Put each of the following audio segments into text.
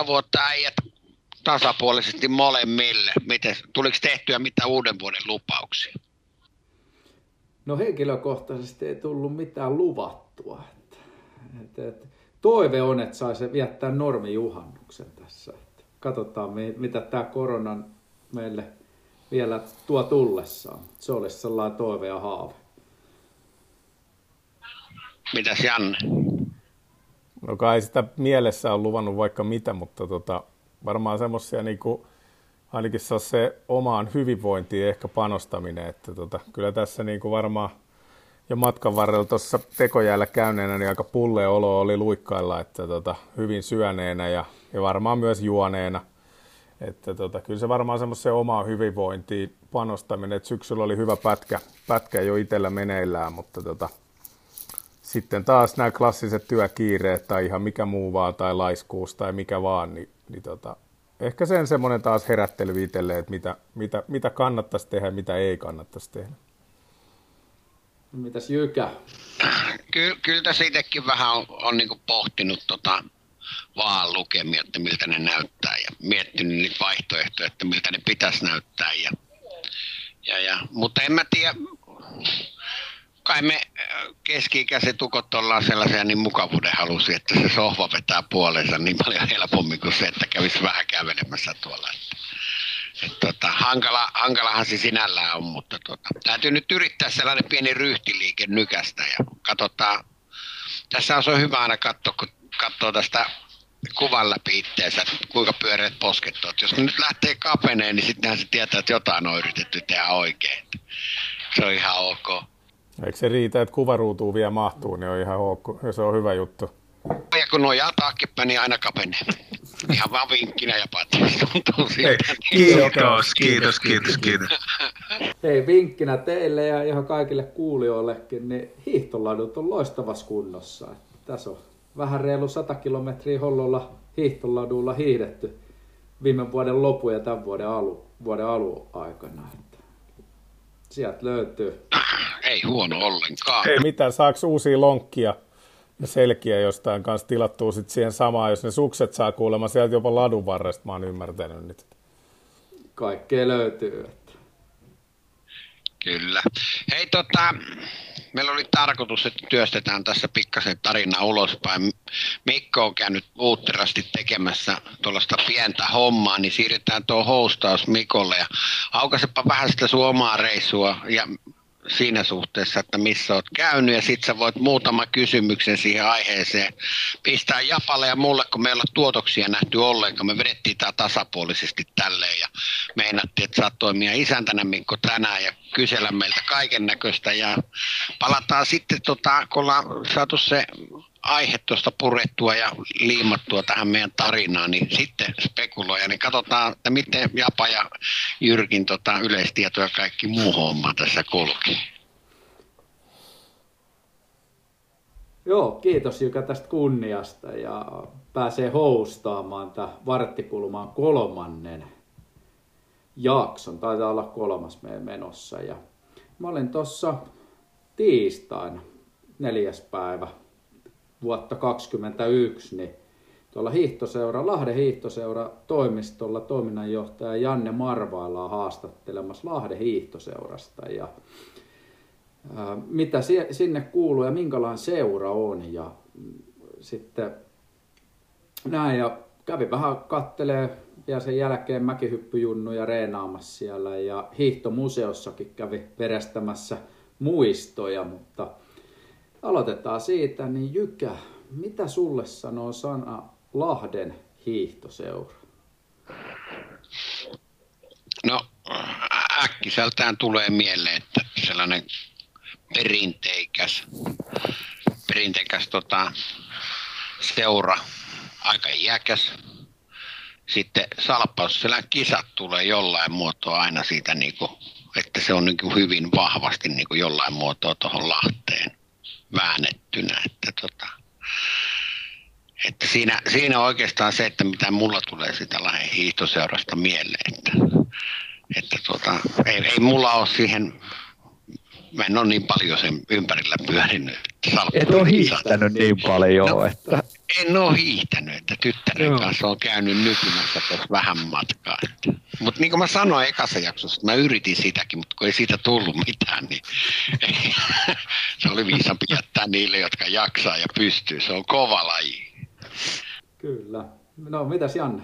vuotta äijät tasapuolisesti molemmille. Tuliko tehtyä mitä uuden vuoden lupauksia? No henkilökohtaisesti ei tullut mitään luvattua. Toive on, että saisi viettää normijuhannuksen tässä. Katsotaan, mitä tämä koronan meille vielä tuo tullessaan. Se olisi sellainen toive ja haave. Mitäs Janne? No kai sitä mielessä on luvannut vaikka mitä, mutta varmaan semmoisia niinku, ainakin se on se omaan hyvinvointiin ehkä panostaminen, että kyllä tässä niinku varmaan jo matkan varrella tuossa tekojäällä käyneenä niin aika pulleen olo oli luikkailla, että hyvin syöneenä ja varmaan myös juoneena. Että kyllä se varmaan semmoiseen omaan hyvinvointiin panostaminen, että syksyllä oli hyvä pätkä jo itsellä meneillään, mutta sitten taas nämä klassiset työkiireet tai ihan mikä muu vaan tai laiskuus tai mikä vaan, niin ehkä sen semmoinen taas herättely itselle, että mitä kannattaisi tehdä ja mitä ei kannattaisi tehdä. Mitäs Jykä? Kyllä tässä itsekin vähän on niin pohtinut vaan lukemia, että miltä ne näyttää ja miettinyt niitä vaihtoehtoja, että miltä ne pitäisi näyttää. Mutta en mä tiedä, kai me keski-ikäiset ukot ollaan sellaisia niin mukavuuden halusi, että se sohva vetää puoleensa niin paljon helpommin kuin se, että kävisi vähän kävelemässä tuolla. Hankalahan se sinällään on, mutta täytyy nyt yrittää sellainen pieni ryhtiliike nykästä ja katsotaan. Tässä on hyvä aina katsoa, kun katsoo tästä kuvan läpi itteensä, kuinka pyöreät posket on. Jos ne nyt lähtee kapeneen, niin sittenhän se tietää, että jotain on yritetty tehdä oikein. Se on ihan ok. Eikö se riitä, että kuvaruutuun vielä mahtuu, niin on ihan ok. Ja se on hyvä juttu. Ja kun nojaa taaksepäin, niin aina kapenee. Ihan vaan vinkkinä ja patjasta tuntuu siltä. Kiitos. Hei, vinkkinä teille ja ihan kaikille kuulijoillekin, niin hiihtoladut on loistavassa kunnossa. Tässä on vähän reilu 100 kilometriä Hollolla hiihtoladulla hiihdetty viime vuoden lopun ja tämän vuoden alun aikana. Sieltä löytyy. Ei huono ollenkaan. Ei mitään, saako uusia lonkkia ja selkiä jostain kanssa tilattua sitten siihen samaan, jos ne sukset saa kuulemma sieltä jopa ladun varresta, mä oon ymmärtänyt nyt. Kaikkea löytyy. Kyllä. Hei meillä oli tarkoitus, että työstetään tässä pikkasen tarinaa ulospäin. Mikko on käynyt uutterasti tekemässä tuollaista pientä hommaa, niin siirretään tuo hostaus Mikolle ja aukaisepa vähän sitä sun omaa reissua ja siinä suhteessa, että missä oot käynyt ja sit sä voit muutama kysymyksen siihen aiheeseen pistää Japalle ja mulle, kun meillä on tuotoksia nähty ollenkaan. Me vedettiin tää tasapuolisesti tälleen ja meinattiin, että saat toimia isäntänä Mikko tänään ja kysellä meiltä kaiken näköistä ja palataan sitten, kun ollaan saatu se aihe tuosta purettua ja liimattua tähän meidän tarinaan, niin sitten spekuloida, niin katsotaan, että miten Japa ja Jyrkin yleistietoja ja kaikki muu homma tässä kulki. Joo, kiitos Jykä tästä kunniasta ja pääsee hostaamaan tämä Varttikulmaan 3. jakson. Taitaa olla 3. meidän menossa. Ja mä olin tuossa tiistaina 4. päivä vuotta 2021, niin tuolla Lahden hiihtoseura toimistolla toiminnanjohtaja Janne Marvaillaan haastattelemassa Lahden hiihtoseurasta ja mitä sinne kuuluu ja minkälainen seura on ja sitten näin ja kävin vähän kattelee ja sen jälkeen mäkihyppyjunnuja reenaamassa siellä ja hiihtomuseossakin kävi verestämässä muistoja, mutta aloitetaan siitä, niin Jykä, mitä sulle sanoo sana Lahden hiihtoseura? No äkkiseltään tulee mieleen, että sellainen perinteikäs seura, aika iäkäs. Sitten Salpausselän kisat tulee jollain muotoa aina siitä, että se on hyvin vahvasti jollain muotoa tuohon Lahteen väännettynä. Että siinä on oikeastaan se, että mitä mulla tulee sitä Lahden hiihtoseurasta mieleen. Että ei mulla ole siihen, mä en ole niin paljon sen ympärillä pyörinyt. Et ole hiihtänyt niin paljon, no, että... En ole hiihtänyt, että tyttären kanssa on käynyt nykymässä tuossa vähän matkaa. Mutta niin kuin mä sanoin ekassa jaksossa, mä yritin sitäkin, mutta kun ei siitä tullut mitään, niin se oli viisampi jättää niille, jotka jaksaa ja pystyy. Se on kova laji. Kyllä. No, mitäs Janne?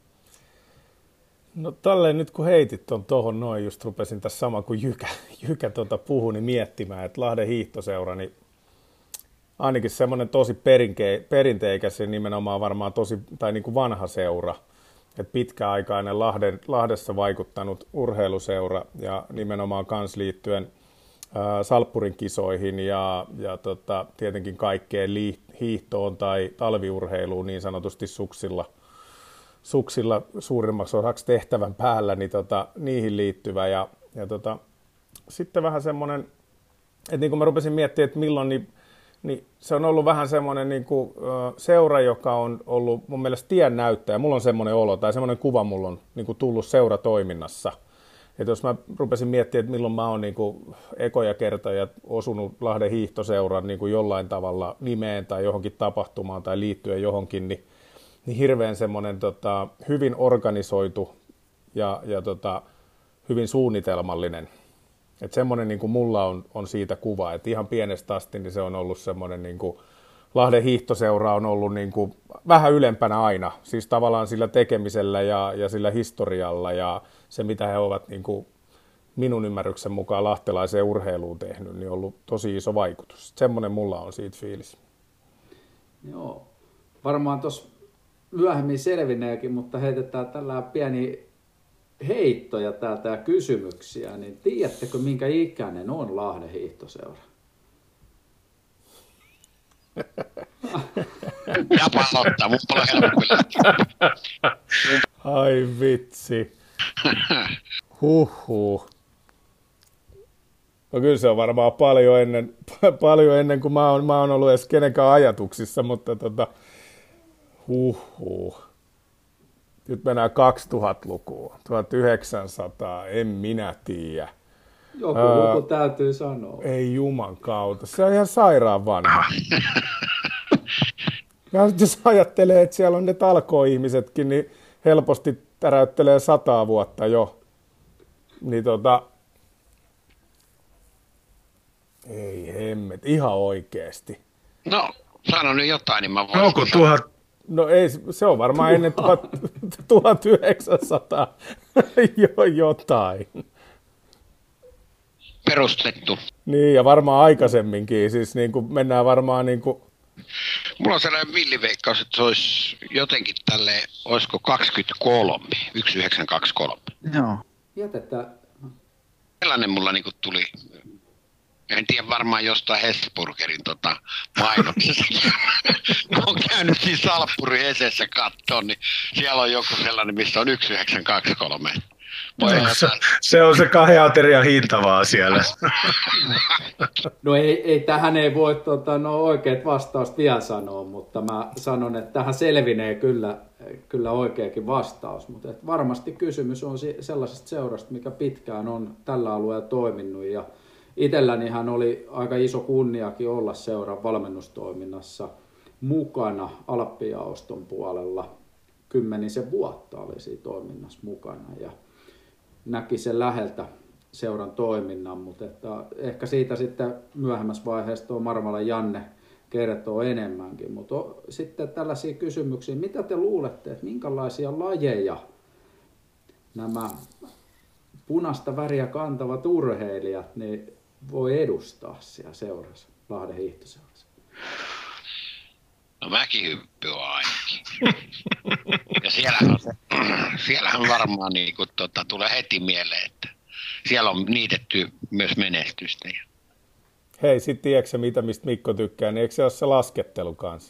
No tälleen nyt kun heitit on tohon noin, just rupesin tässä sama kuin Jykä puhui, niin miettimään, että Lahden hiihtoseura, niin ainakin semmoinen tosi perinteikäs ja nimenomaan varmaan tosi, tai niin kuin vanha seura, että pitkäaikainen Lahdessa vaikuttanut urheiluseura ja nimenomaan kans liittyen Salppurin kisoihin ja tietenkin kaikkeen hiihtoon tai talviurheiluun niin sanotusti suksilla suurimmaksi osaksi tehtävän päällä, niin niihin liittyvä. Ja sitten vähän semmoinen, että niin kuin mä rupesin miettimään, että milloin, niin se on ollut vähän semmoinen niin kuin seura, joka on ollut mun mielestä tiennäyttäjä. Mulla on semmoinen olo tai semmoinen kuva mulla on niin kuin tullut seuratoiminnassa. Että jos mä rupesin miettimään, että milloin mä oon niin kuin ekoja kertoja osunut Lahden hiihtoseuran niin kuin jollain tavalla nimeen tai johonkin tapahtumaan tai liittyen johonkin, niin hirveän semmoinen hyvin organisoitu ja hyvin suunnitelmallinen. Että semmoinen niin kuin mulla on siitä kuva, että ihan pienestä asti niin se on ollut semmoinen, niin kuin Lahden hiihtoseura on ollut niin kuin vähän ylempänä aina, siis tavallaan sillä tekemisellä ja sillä historialla ja se mitä he ovat niin kuin minun ymmärryksen mukaan lahtelaiseen urheiluun tehnyt, niin on ollut tosi iso vaikutus. Semmoinen mulla on siitä fiilis. Joo, varmaan tuossa myöhemmin selvineekin, mutta heitetään tällä pieni heittoja täältä ja kysymyksiä, niin tiedättekö minkä ikäinen on Lahden hiihtoseura? Ja palottaa, mun paljon helpompi. Ai vitsi. Huhhuh. No kyllä se on varmaan paljon ennen kuin mä oon ollut edes kenenkään ajatuksissa, mutta huhhuh. Nyt mennään 2000-lukuun, 1900, en minä tiedä. Joku luku täytyy sanoa. Ei juman kautta, se on ihan sairaan vanha. Ja jos ajattelee, että siellä on ne talkoo-ihmisetkin, niin helposti täräyttelee 100 vuotta jo. Niin ei hemmet, ihan oikeesti. No, sano nyt jotain, niin mä voin. Onko 1000? No ei, se on varmaan ennen 1900 jotain. Perustettu. Niin, ja varmaan aikaisemminkin, siis niin kuin mennään varmaan niin kuin... Mulla on sellainen villiveikkaus, että se olisi jotenkin tälleen, olisiko 23, 1923. Joo. Jätetään. Sellainen mulla niinku tuli, en tiedä varmaan jostain Hesburgerin mainoksessa. Mä oon käynyt siinä Salppurin Esessä kattoon, niin siellä on joku sellainen, missä on 1923. Se on se 2 aterian hinta vaan siellä. No ei tähän ei voi oikeat vastausta vielä sanoa, mutta mä sanon, että tähän selvinee kyllä oikeakin vastaus. Mutta varmasti kysymys on sellaisesta seurasta, mikä pitkään on tällä alueella toiminut. Ja itsellänihän oli aika iso kunniakin olla seuran valmennustoiminnassa mukana Alppijaoston puolella. 10 vuotta oli siinä toiminnassa mukana ja näki sen läheltä seuran toiminnan, mutta että ehkä siitä sitten myöhemmässä vaiheessa tuo Marmalan Janne kertoo enemmänkin. Mutta sitten tällaisia kysymyksiä, mitä te luulette, että minkälaisia lajeja nämä punaista väriä kantavat urheilijat niin voi edustaa siellä seurassa, Lahden hiihtoseurassa? No mäkihyppy on ainakin. Ja siellähän varmaan niinku, tulee heti mieleen, että siellä on niitetty myös menestystä. Hei, sit tiedätkö mitä, mistä Mikko tykkää, niin eikö se ole se laskettelu kanssa?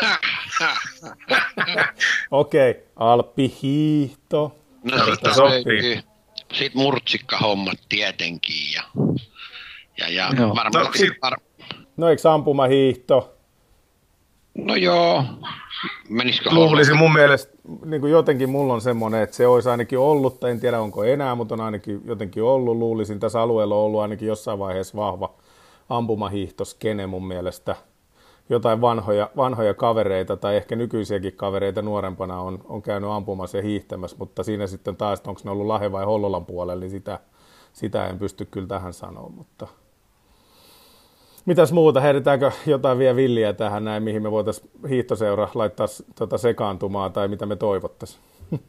Okei, alppihiihto. No sitten sopii. Sitten murtsikkahommat tietenkin ja varmasti... No eikö ampumahiihto? No joo, menisikö Luulisin mun mielestä. Niin kuin jotenkin mulla on semmoinen, että se olisi ainakin ollut, tai en tiedä onko enää, mutta on ainakin jotenkin ollut, luulisin tässä alueella on ollut ainakin jossain vaiheessa vahva ampumahiihtoskene mun mielestä. jotain vanhoja kavereita tai ehkä nykyisiäkin kavereita nuorempana on käynyt ampumassa ja hiihtämässä, mutta siinä sitten taas, onko ne ollut Lahden vai Hollolan puolella, niin sitä en pysty kyllä tähän sanoa, mutta mitäs muuta, heitetäänkö jotain vielä villiä tähän näin, mihin me voitaisiin hiihtoseura laittaa sekaantumaan tai mitä me toivottaisiin?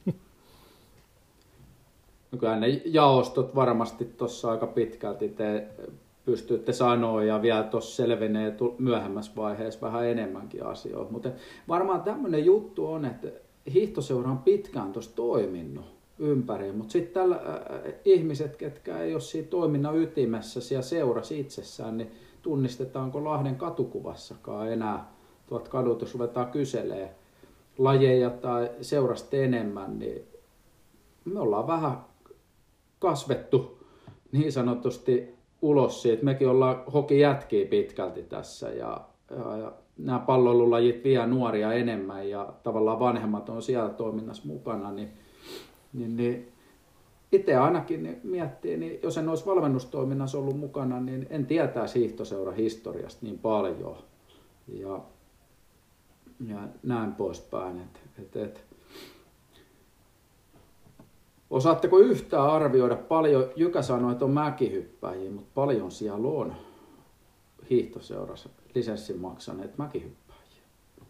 No kyllä ne jaostot varmasti tuossa aika pitkälti te pystyitte sanoa ja vielä tuossa selvenee myöhemmässä vaiheessa vähän enemmänkin asioita. Mutta varmaan tämmöinen juttu on, että hiihtoseura on pitkään tuossa toiminut ympäri, mutta sitten tällä ihmiset, ketkä ei ole siinä toiminnan ytimessä siellä seurassa itsessään, niin tunnistetaanko Lahden katukuvassakaan enää tuolta kadulta, jos ruvetaan kyselemään lajeja tai seurasta enemmän, niin me ollaan vähän kasvettu niin sanotusti ulos siitä. Mekin ollaan hokijätkiä pitkälti tässä ja nämä palloilulajit vie nuoria enemmän ja tavallaan vanhemmat on siellä toiminnassa mukana, niin itse ainakin miettii, niin jos en olisi valmennustoiminnassa ollut mukana, niin en tietäisi hiihtoseuran historiasta niin paljon ja näin poispäin. Osaatteko yhtään arvioida paljon, Jykä sanoi, että on mäkihyppäjiä, mutta paljon siellä on hiihtoseurassa lisenssin maksaneet mäkihyppäjiä?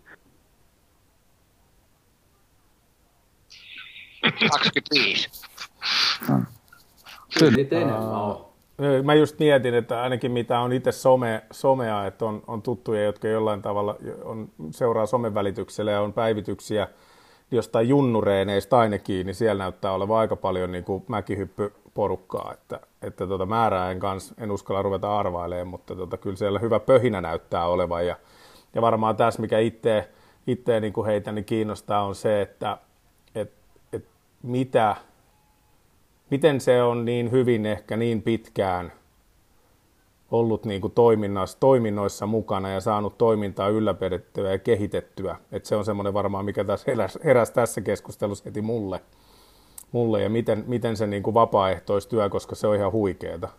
25. Kyllä niitä enemmän on. Mä just mietin, että ainakin mitä on itse somea, että on tuttuja, jotka jollain tavalla seuraa somen välityksellä ja on päivityksiä jostain junnureeneista ainakin, niin siellä näyttää olevan aika paljon niin kuin mäkihyppyporukkaa, että määrää en uskalla ruveta arvailemaan, mutta kyllä siellä hyvä pöhinä näyttää olevan ja varmaan tässä, mikä itse niin kuin heitä niin kiinnostaa, on se, että miten se on niin hyvin ehkä niin pitkään ollut niin kuin toiminnoissa mukana ja saanut toimintaa ylläpidettyä ja kehitettyä. Että se on semmoinen varmaan, mikä taas heräsi tässä keskustelussa heti mulle ja miten se niin kuin vapaaehtoistyö, koska se on ihan huikeeta.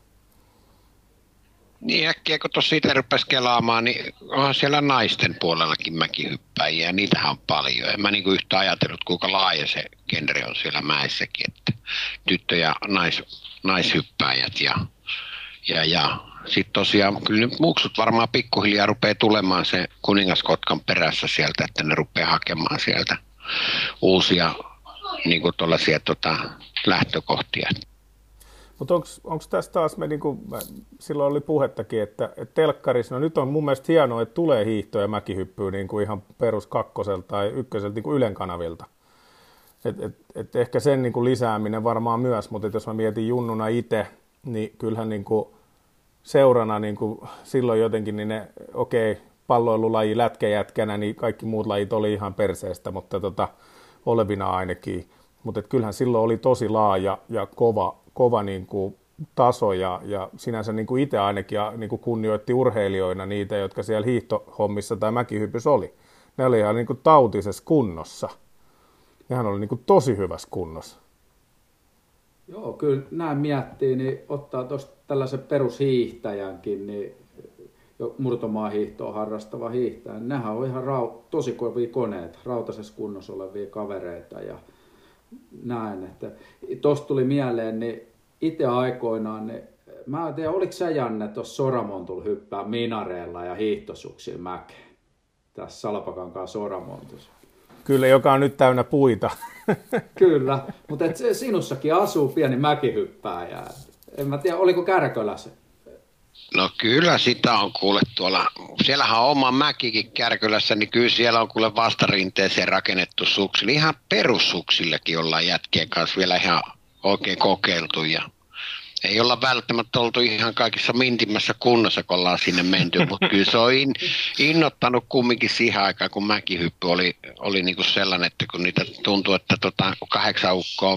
Niin äkkiä, kun tuossa itse rupesi kelaamaan, niin onhan siellä naisten puolellakin mäkihyppäjiä, ja niitähän on paljon. En mä niin kuin yhtä ajatellut, kuinka laaja se genre on siellä mäessäkin, että tyttö- ja naishyppäjät ja sitten tosiaan kyllä nyt muksut varmaan pikkuhiljaa rupeaa tulemaan se kuningaskotkan perässä sieltä, että ne rupeaa hakemaan sieltä uusia niin kuin tuollaisia lähtökohtia. Mutta onko tässä taas, silloin oli puhettakin, että telkkarissa, no nyt on mun mielestä hienoa, että tulee hiihtoja ja mäkihyppyä niin kuin ihan perus kakkoselta tai ykköseltä niin kuin Ylen kanavilta. Et ehkä sen niin kuin lisääminen varmaan myös, mutta jos mä mietin junnuna itse, niin kyllähän niin kuin seurana niin kuin silloin jotenkin, niin ne palloilulaji lätkäjätkänä, niin kaikki muut lajit oli ihan perseestä, mutta olevina ainakin. Mutta kyllähän silloin oli tosi laaja ja kova niin kuin taso ja sinänsä niin kuin itse ainakin niin kuin kunnioitti urheilijoina niitä, jotka siellä hiihtohommissa tai mäkihypyssä oli. Ne oli ihan niin kuin tautisessa kunnossa. Nehän oli niin kuin tosi hyvässä kunnossa. Joo, kyllä näin miettii, niin ottaa tuosta tällaisen perushiihtäjänkin, niin murtomaahiihtoa harrastava hiihtäjä, niin nehän on ihan tosi kovia koneet, rautaisessa kunnossa olevia kavereita ja näin. Että tuosta tuli mieleen, niin itse aikoinaan, niin mä en tiedä, oliko sä Janne tuossa Soramontulla hyppää minareella ja hiihtosuksilla mäkeen, tässä Salpakankaan Soramontussa? Kyllä, joka on nyt täynnä puita. Kyllä, mutta sinussakin asuu pieni mäkihyppääjä. En mä tiedä, oliko Kärkölässä? No kyllä sitä on kuule tuolla, siellähän on oma mäkikin Kärkölässä, niin kyllä siellä on kuule vastarinteeseen rakennettu suksille. Ihan perussuksillekin ollaan jätkien kanssa vielä ihan oikein kokeiltu ja ei olla välttämättä oltu ihan kaikissa mintimmässä kunnossa, kun ollaan sinne menty, mutta kyllä se on innoittanut kumminkin siihen aikaan, kun mäkihyppy oli niinku sellainen, että kun niitä tuntuu, että 8 ukkoa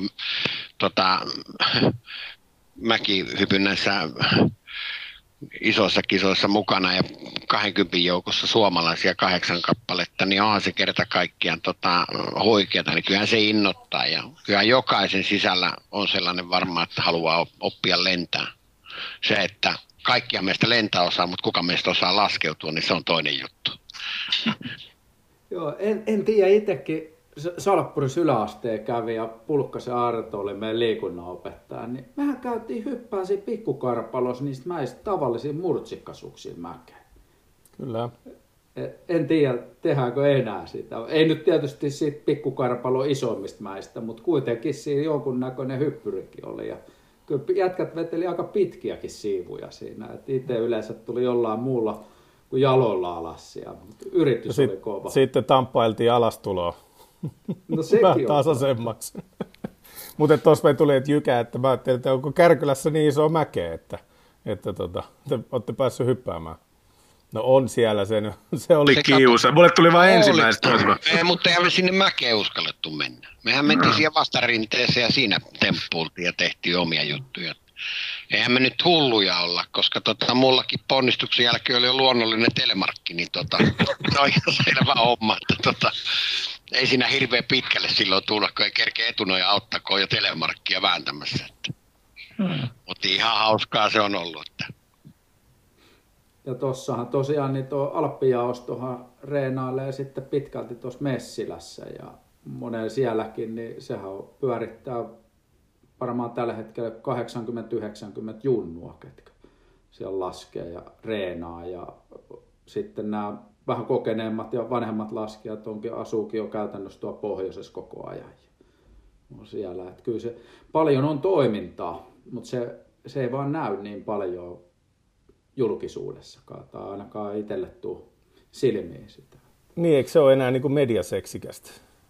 mäkihypyn näissä isoissa kisoissa mukana ja 20 joukossa suomalaisia 8 kappaletta, niin onhan se kerta kaikkiaan huikeata, niin kyllähän se innoittaa ja kyllähän jokaisen sisällä on sellainen varmaan, että haluaa oppia lentää. Se, että kaikkia meistä lentää osaa, mutta kuka meistä osaa laskeutua, niin se on toinen juttu. Joo, en tiedä itsekin. Salppuris yläasteen kävi ja Pulkkasen Arto oli meidän liikunnanopettaja, niin mehän käytiin hyppää siinä pikkukarpalossa niistä mäistä tavallisiin murtsikkasuksiin mäkeen. Kyllä. En tiedä, tehdäänkö enää sitä. Ei nyt tietysti siitä pikkukarpalo isommista mäistä, mutta kuitenkin siinä jonkunnäköinen hyppyrikin oli. Ja kyllä jätkät veteli aika pitkiäkin siivuja siinä. Itse yleensä tuli jollain muulla kuin jaloilla alas siellä, mutta yritys oli kova. Sitten tamppailtiin alastuloa. No sekin tasaisemmaksi. Mutta tuossa me tuli jykää, että mä ajattelin, että onko Kärkylässä niin iso mäkeä, että te olette päässyt hyppäämään. No on siellä se oli kiusa. Mulle tuli vain ensimmäisestä. Ei, mutta eihän me sinne mäkeen uskallettu mennä. Mehän mentiin siihen vastarinteeseen ja siinä temppuultiin ja tehtiin omia juttuja. Eihän me nyt hulluja olla, koska mullakin ponnistuksen jälkeen oli jo luonnollinen telemarkki, niin se on ihan selvä homma, että ei siinä hirveän pitkälle silloin tulla, kun ei kerkeä etunoja auttaa, kun on jo telemarkkia vääntämässä. Mutta ihan hauskaa se on ollut. Että. Ja tossahan tosiaan niin tuo Alppijaostohan reenailee sitten pitkälti tuossa Messilässä ja monen sielläkin, niin sehän pyörittää varmaan tällä hetkellä 80-90 junnua, ketkä siellä laskee ja reenaa ja sitten nämä vähän kokeneemmat ja vanhemmat laskijat asuukin jo käytännössä tuolla pohjoisessa koko ajan. On siellä. Että kyllä se paljon on toimintaa, mutta se ei vaan näy niin paljon julkisuudessakaan tai ainakaan itselle tule silmiin sitä. Niin, eikö se ole enää niin kuin mediaseksikästä?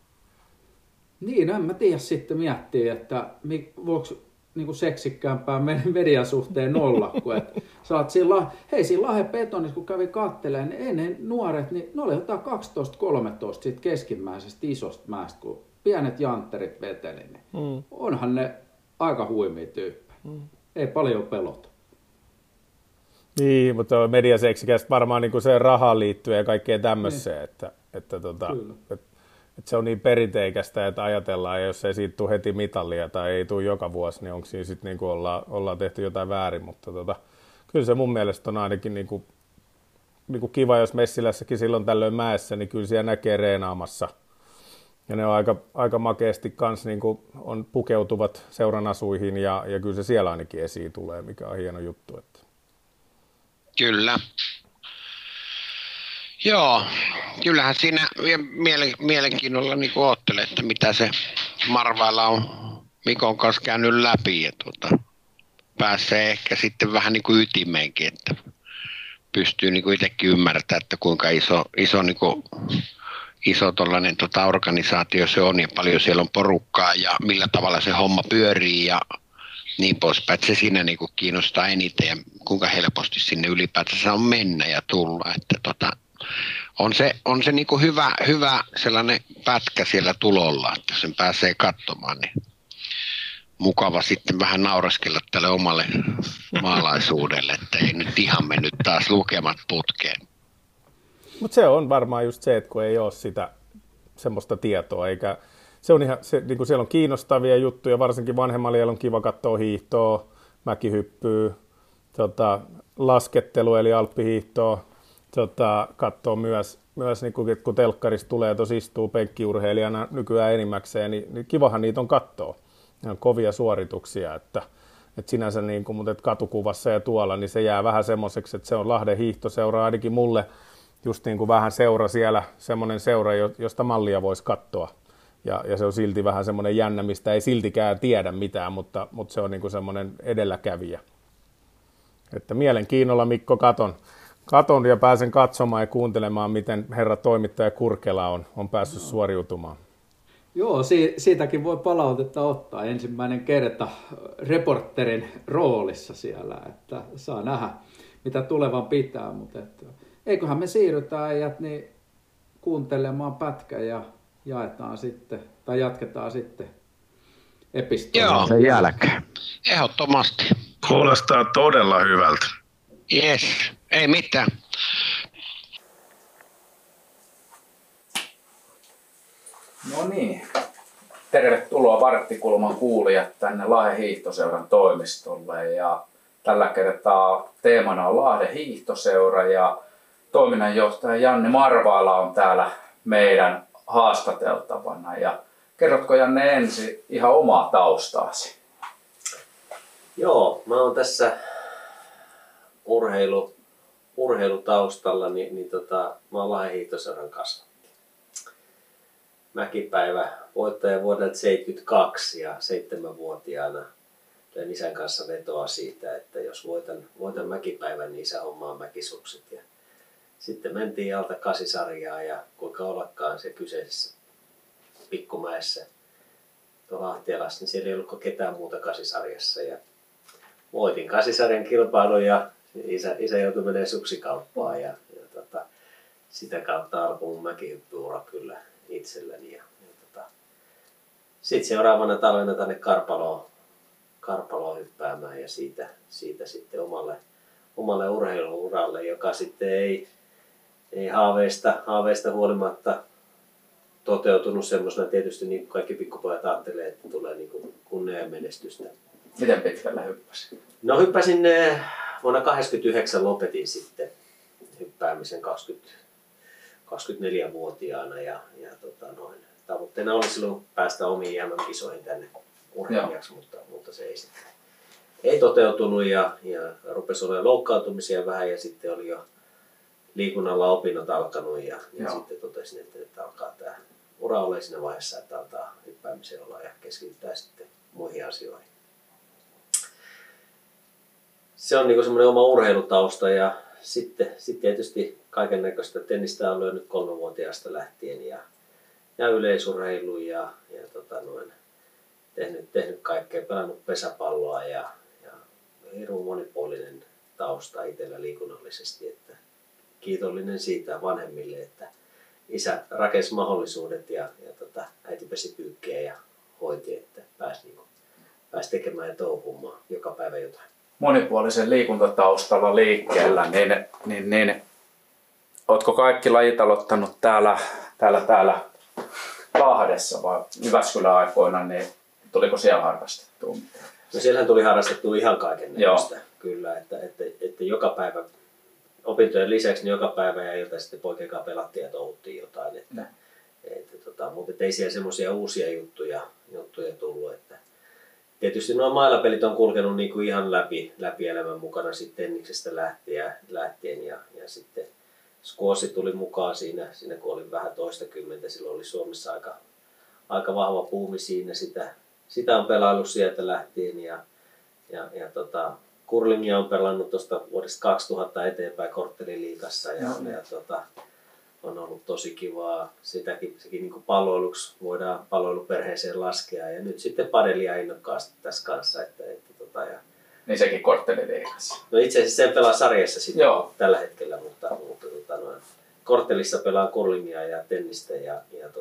Niin, en mä tiedä sitten miettiä, että voiko niin seksikkäämpää median suhteen olla, kun että sä oot siinä Lahden betonissa, kun kävi katselemaan, niin ennen nuoret, niin ne oli jotain 12-13 siitä keskimmäisestä isosta mäestä, kun pienet jantterit veteli, niin onhan ne aika huimia tyyppejä. Ei paljon pelota. Niin, mutta mediaseksikästä varmaan niin kuin se rahaan liittyy ja kaikkeen tämmöiseen, niin. että se on niin perinteikästä, että ajatellaan, ja jos ei siitä tule heti mitallia tai ei tule joka vuosi, niin onko siinä sitten niin ollaan tehty jotain väärin, mutta kyllä se mun mielestä on ainakin niin kuin kiva, jos Messilässäkin silloin tällöin mäessä, niin kyllä siellä näkee reenaamassa. Ja ne on aika makeasti kanssa niin kuin on pukeutuvat seuranasuihin ja kyllä se siellä ainakin esiin tulee, mikä on hieno juttu. Että. Kyllä. Joo, kyllähän siinä mielenkiinnolla niin oottelee, että mitä se Marvailla on Mikon kanssa käynyt läpi ja pääsee ehkä sitten vähän niin kuin ytimeenkin, että pystyy niin kuin itsekin ymmärtämään, että kuinka iso tollainen organisaatio se on ja paljon siellä on porukkaa ja millä tavalla se homma pyörii ja niin poispäin, että se siinä niin kuin kiinnostaa eniten ja kuinka helposti sinne ylipäätänsä on mennä ja tulla, että on se niin kuin hyvä sellainen pätkä siellä tulolla, että sen pääsee katsomaan, niin mukava sitten vähän nauraskella tälle omalle maalaisuudelle, että ei nyt ihan mennyt taas lukemat putkeen. Mutta se on varmaan just se, että kun ei ole sitä semmoista tietoa, eikä se on ihan, niin kuin siellä on kiinnostavia juttuja, varsinkin vanhemmalla on kiva katsoa hiihtoa, mäkihyppyä, laskettelu eli alppihiihtoa, katsoa myös niin kun telkkarista tulee, tuossa istuu penkkiurheilijana nykyään enimmäkseen, niin kivahan niitä on katsoa. Ne on kovia suorituksia, että sinänsä niin kuin, mutta katukuvassa ja tuolla, niin se jää vähän semmoiseksi, että se on Lahden hiihtoseura, ainakin mulle just niin kuin vähän seura siellä, semmoinen seura, josta mallia voisi katsoa. Ja se on silti vähän semmoinen jännä, mistä ei siltikään tiedä mitään, mutta se on niin kuin semmoinen edelläkävijä. Että mielenkiinnolla Mikko katon ja pääsen katsomaan ja kuuntelemaan, miten herra toimittaja Kurkela on päässyt suoriutumaan. Joo, siitäkin voi palautetta ottaa. Ensimmäinen kerta reporterin roolissa siellä, että saa nähdä, mitä tulevan pitää. Mutta eiköhän me siirrytään äijät niin kuuntelemaan pätkä ja jaetaan sitten, tai jatketaan sitten epistoolin sen jälkeen. Ehdottomasti. Kuulostaa todella hyvältä. Yes, ei mitään. No niin, tervetuloa Varttikulman kuulijat tänne Lahden hiihtoseuran toimistolle ja tällä kertaa teemana on Lahden hiihtoseura ja toiminnanjohtaja Janne Marvaala on täällä meidän haastateltavana. Ja kerrotko Janne ensin ihan omaa taustaasi? Joo, mä oon tässä urheilutaustalla, mä oon Lahden hiihtoseuran kasvatti. Mäkipäivä voittaja vuodelta 1972 ja 7-vuotiaana löin isän kanssa vetoa siitä, että jos voitan mäkipäivän, niin isä hommaa mäkisukset. Ja sitten mentiin alta 8-sarjaa ja kuinka ollakaan se kyseisessä pikkumäessä tuolla Ahtialassa, niin siellä ei ollut ketään muuta 8-sarjassa. Ja voitin 8-sarjan kilpailun ja isä joutui menemään suksikauppaan ja sitä kautta alkoi mun mäkihyppyura kyllä itselläni. Sitten seuraavana talvena tänne Karpaloon hyppäämään ja siitä sitten omalle urheiluuralle, joka sitten ei haaveista huolimatta toteutunut semmoisena tietysti niin kuin kaikki pikkupojat ajattelee, että tulee niin kuin kunnia ja menestystä. Miten pitkällä hyppäsit? No hyppäsin vuonna 1989 lopetin sitten hyppäämisen 24-vuotiaana ja tavoitteena oli silloin päästä omiin MM-kisoihin tänne urheilijaksi, mutta se ei toteutunut ja rupesi olemaan loukkaantumisia vähän ja sitten oli jo liikunnalla opinnot alkanut ja sitten totesin, että alkaa tämä ura olla siinä vaiheessa, että antaa hyppäämiseen olla ja keskitytään sitten muihin asioihin. Se on niin semmoinen oma urheilutausta ja sitten tietysti kaiken näköistä tennistä on lyönyt 3-vuotiaasta lähtien ja yleisurheilu ja tehnyt kaikkea, pelannut pesäpalloa ja hirveän monipuolinen tausta itsellä liikunnallisesti, että kiitollinen siitä vanhemmille, että isä rakensi mahdollisuudet ja äiti pesi pyykkiä ja hoiti, että pääsi tekemään ja touhumaan joka päivä jotain. Monipuolisen liikuntataustalla liikkeellä, niin ootko kaikki lajit aloittanut täällä Lahdessa vai Jyväskylän aikoina, niin tuliko siellä harrastettua? No siellähän tuli harrastettua ihan kaiken näköistä kyllä, että joka päivä opintojen lisäksi niin joka päivä ja ilta sitten poikien kanssa pelattiin ja touhuttiin jotain, mutta ei siellä semmoisia uusia juttuja tullut, että tietysti nuo mailapelit on kulkenut niin kuin ihan läpi elämän mukana sitten tenniksestä lähtien ja sitten squashi tuli mukaan siinä kun olin vähän toistakymmentä, silloin oli Suomessa aika vahva buumi siinä, sitä on pelaillut sieltä lähtien ja curlingia on pelannut tuosta vuodesta 2000 eteenpäin kortteliliigassa ja on ollut tosi kivaa. Sekin niin kuin palloiluksi voidaan palloiluperheeseen laskea ja nyt sitten padelia innokkaasti tässä kanssa. Niin sekin kortteliliigassa. No itse asiassa sen pelaa sarjassa sitten tällä hetkellä, mutta korttelissa pelaa curlingia ja tennistä ja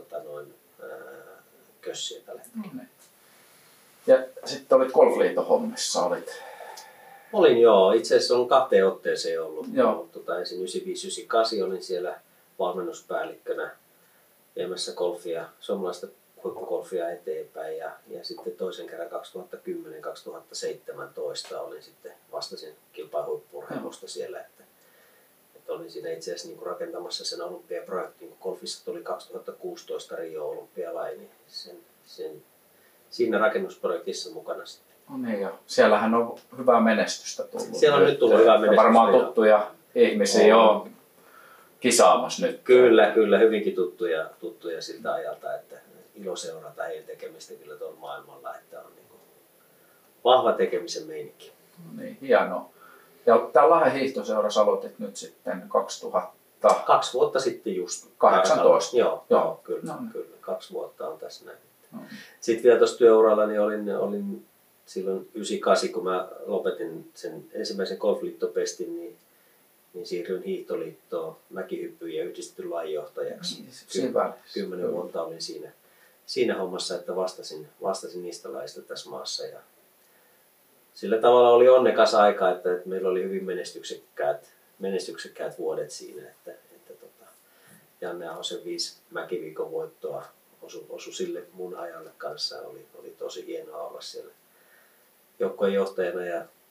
kössiä tällä hetkellä. No, ja sitten olit Golfliiton hommissa, Olin joo, itse asiassa on 2 otteeseen ollut. Ensin 95-98 olin siellä valmennuspäällikkönä viemässä suomalaista huippugolfia eteenpäin ja sitten toisen kerran 2010-2017 olin sitten vastasin kilpailuhuippu-urheilusta siellä, että olin siinä itse asiassa niin rakentamassa sen olympiaprojektin, kun golfissa tuli 2016 Rio olympialaji, niin siinä rakennusprojektissa mukana sitten. No niin, ja siellähän on hyvää menestystä tullut. Siellä on nyt tullut hyvää menestystä. Varmaan tuttuja ihmisiä on kisaamassa nyt. Kyllä, hyvinkin tuttuja siltä ajalta, että ilo seurata heidän tekemistä kyllä tuolla maailmalla, että on niin kuin vahva tekemisen meininki. No niin, hienoa. Ja tää Lahden hiihtoseurassa aloitit nyt sitten 2000... 2 vuotta sitten just. 18. Joo, kyllä, 2 vuotta on tässä näin. No. Sitten vielä tuossa työuralla niin olin silloin 98, kun mä lopetin sen ensimmäisen golfliittopestin, niin siirryin hiihtoliittoon mäkihyppyyn ja yhdistetyn lajinjohtajaksi. 10 vuotta olin siinä hommassa, että vastasin niistä laista tässä maassa. Ja sillä tavalla oli onnekas aika, että meillä oli hyvin menestyksekkäät vuodet siinä, että Janne Ahosen 5 mäkiviikon voittoa osui sille mun ajalle kanssa. Oli tosi hienoa olla siellä joukkueen johtajana ja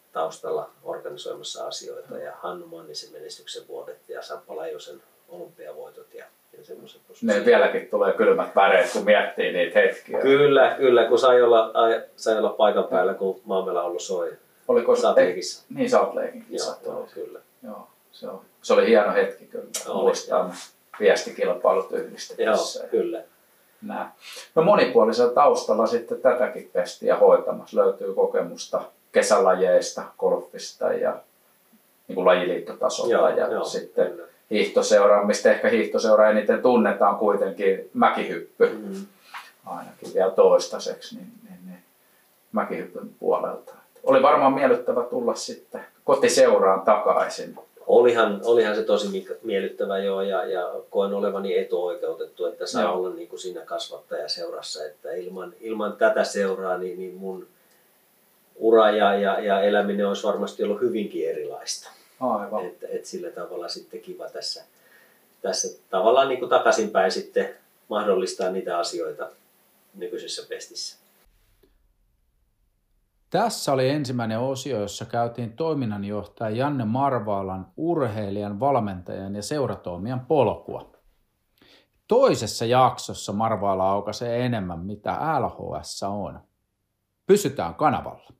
taustalla organisoimassa asioita ja Hannu Mannisen menestyksen vuodet ja Samppa Laijosen olympiavoitot ja semmoiset. Ne vieläkin tulee kylmät väreet, kun miettii niitä hetkiä. Kyllä, kun sai olla paikan päällä, kun Maamelanhollu soi. Oliko Salt Lakeissa? Niin, Salt Laken kisat. Joo, kyllä. Joo, se oli hieno hetki kyllä. Muistan viestikilpailut yhdistetessä. Joo, kyllä. Nää. No monipuolisella taustalla sitten tätäkin pestiä hoitamassa. Löytyy kokemusta kesälajeista, golfista ja niin kuin lajiliittotasolla. Ja sitten kyllä. Hiihtoseura, mistä ehkä hiihtoseura eniten tunnetaan kuitenkin mäkihyppy. Ainakin vielä toistaiseksi niin mäkihyppyn puolelta. Oli varmaan miellyttävä tulla sitten kotiseuraan takaisin. Olihan se tosi miellyttävä joo, ja koen olevani etuoikeutettu, että saa olla niin kuin siinä kasvattajaseurassa. Että ilman tätä seuraa niin mun ura ja eläminen olisi varmasti ollut hyvinkin erilaista. Aivan. Et sillä tavalla sitten kiva tässä tavallaan niin kuin takaisinpäin sitten mahdollistaa niitä asioita nykyisessä pestissä. Tässä oli ensimmäinen osio, jossa käytiin toiminnanjohtaja Janne Marvaalan urheilijan, valmentajan ja seuratoimijan polkua. Toisessa jaksossa Marvaala aukaisee enemmän, mitä LHS on. Pysytään kanavalla.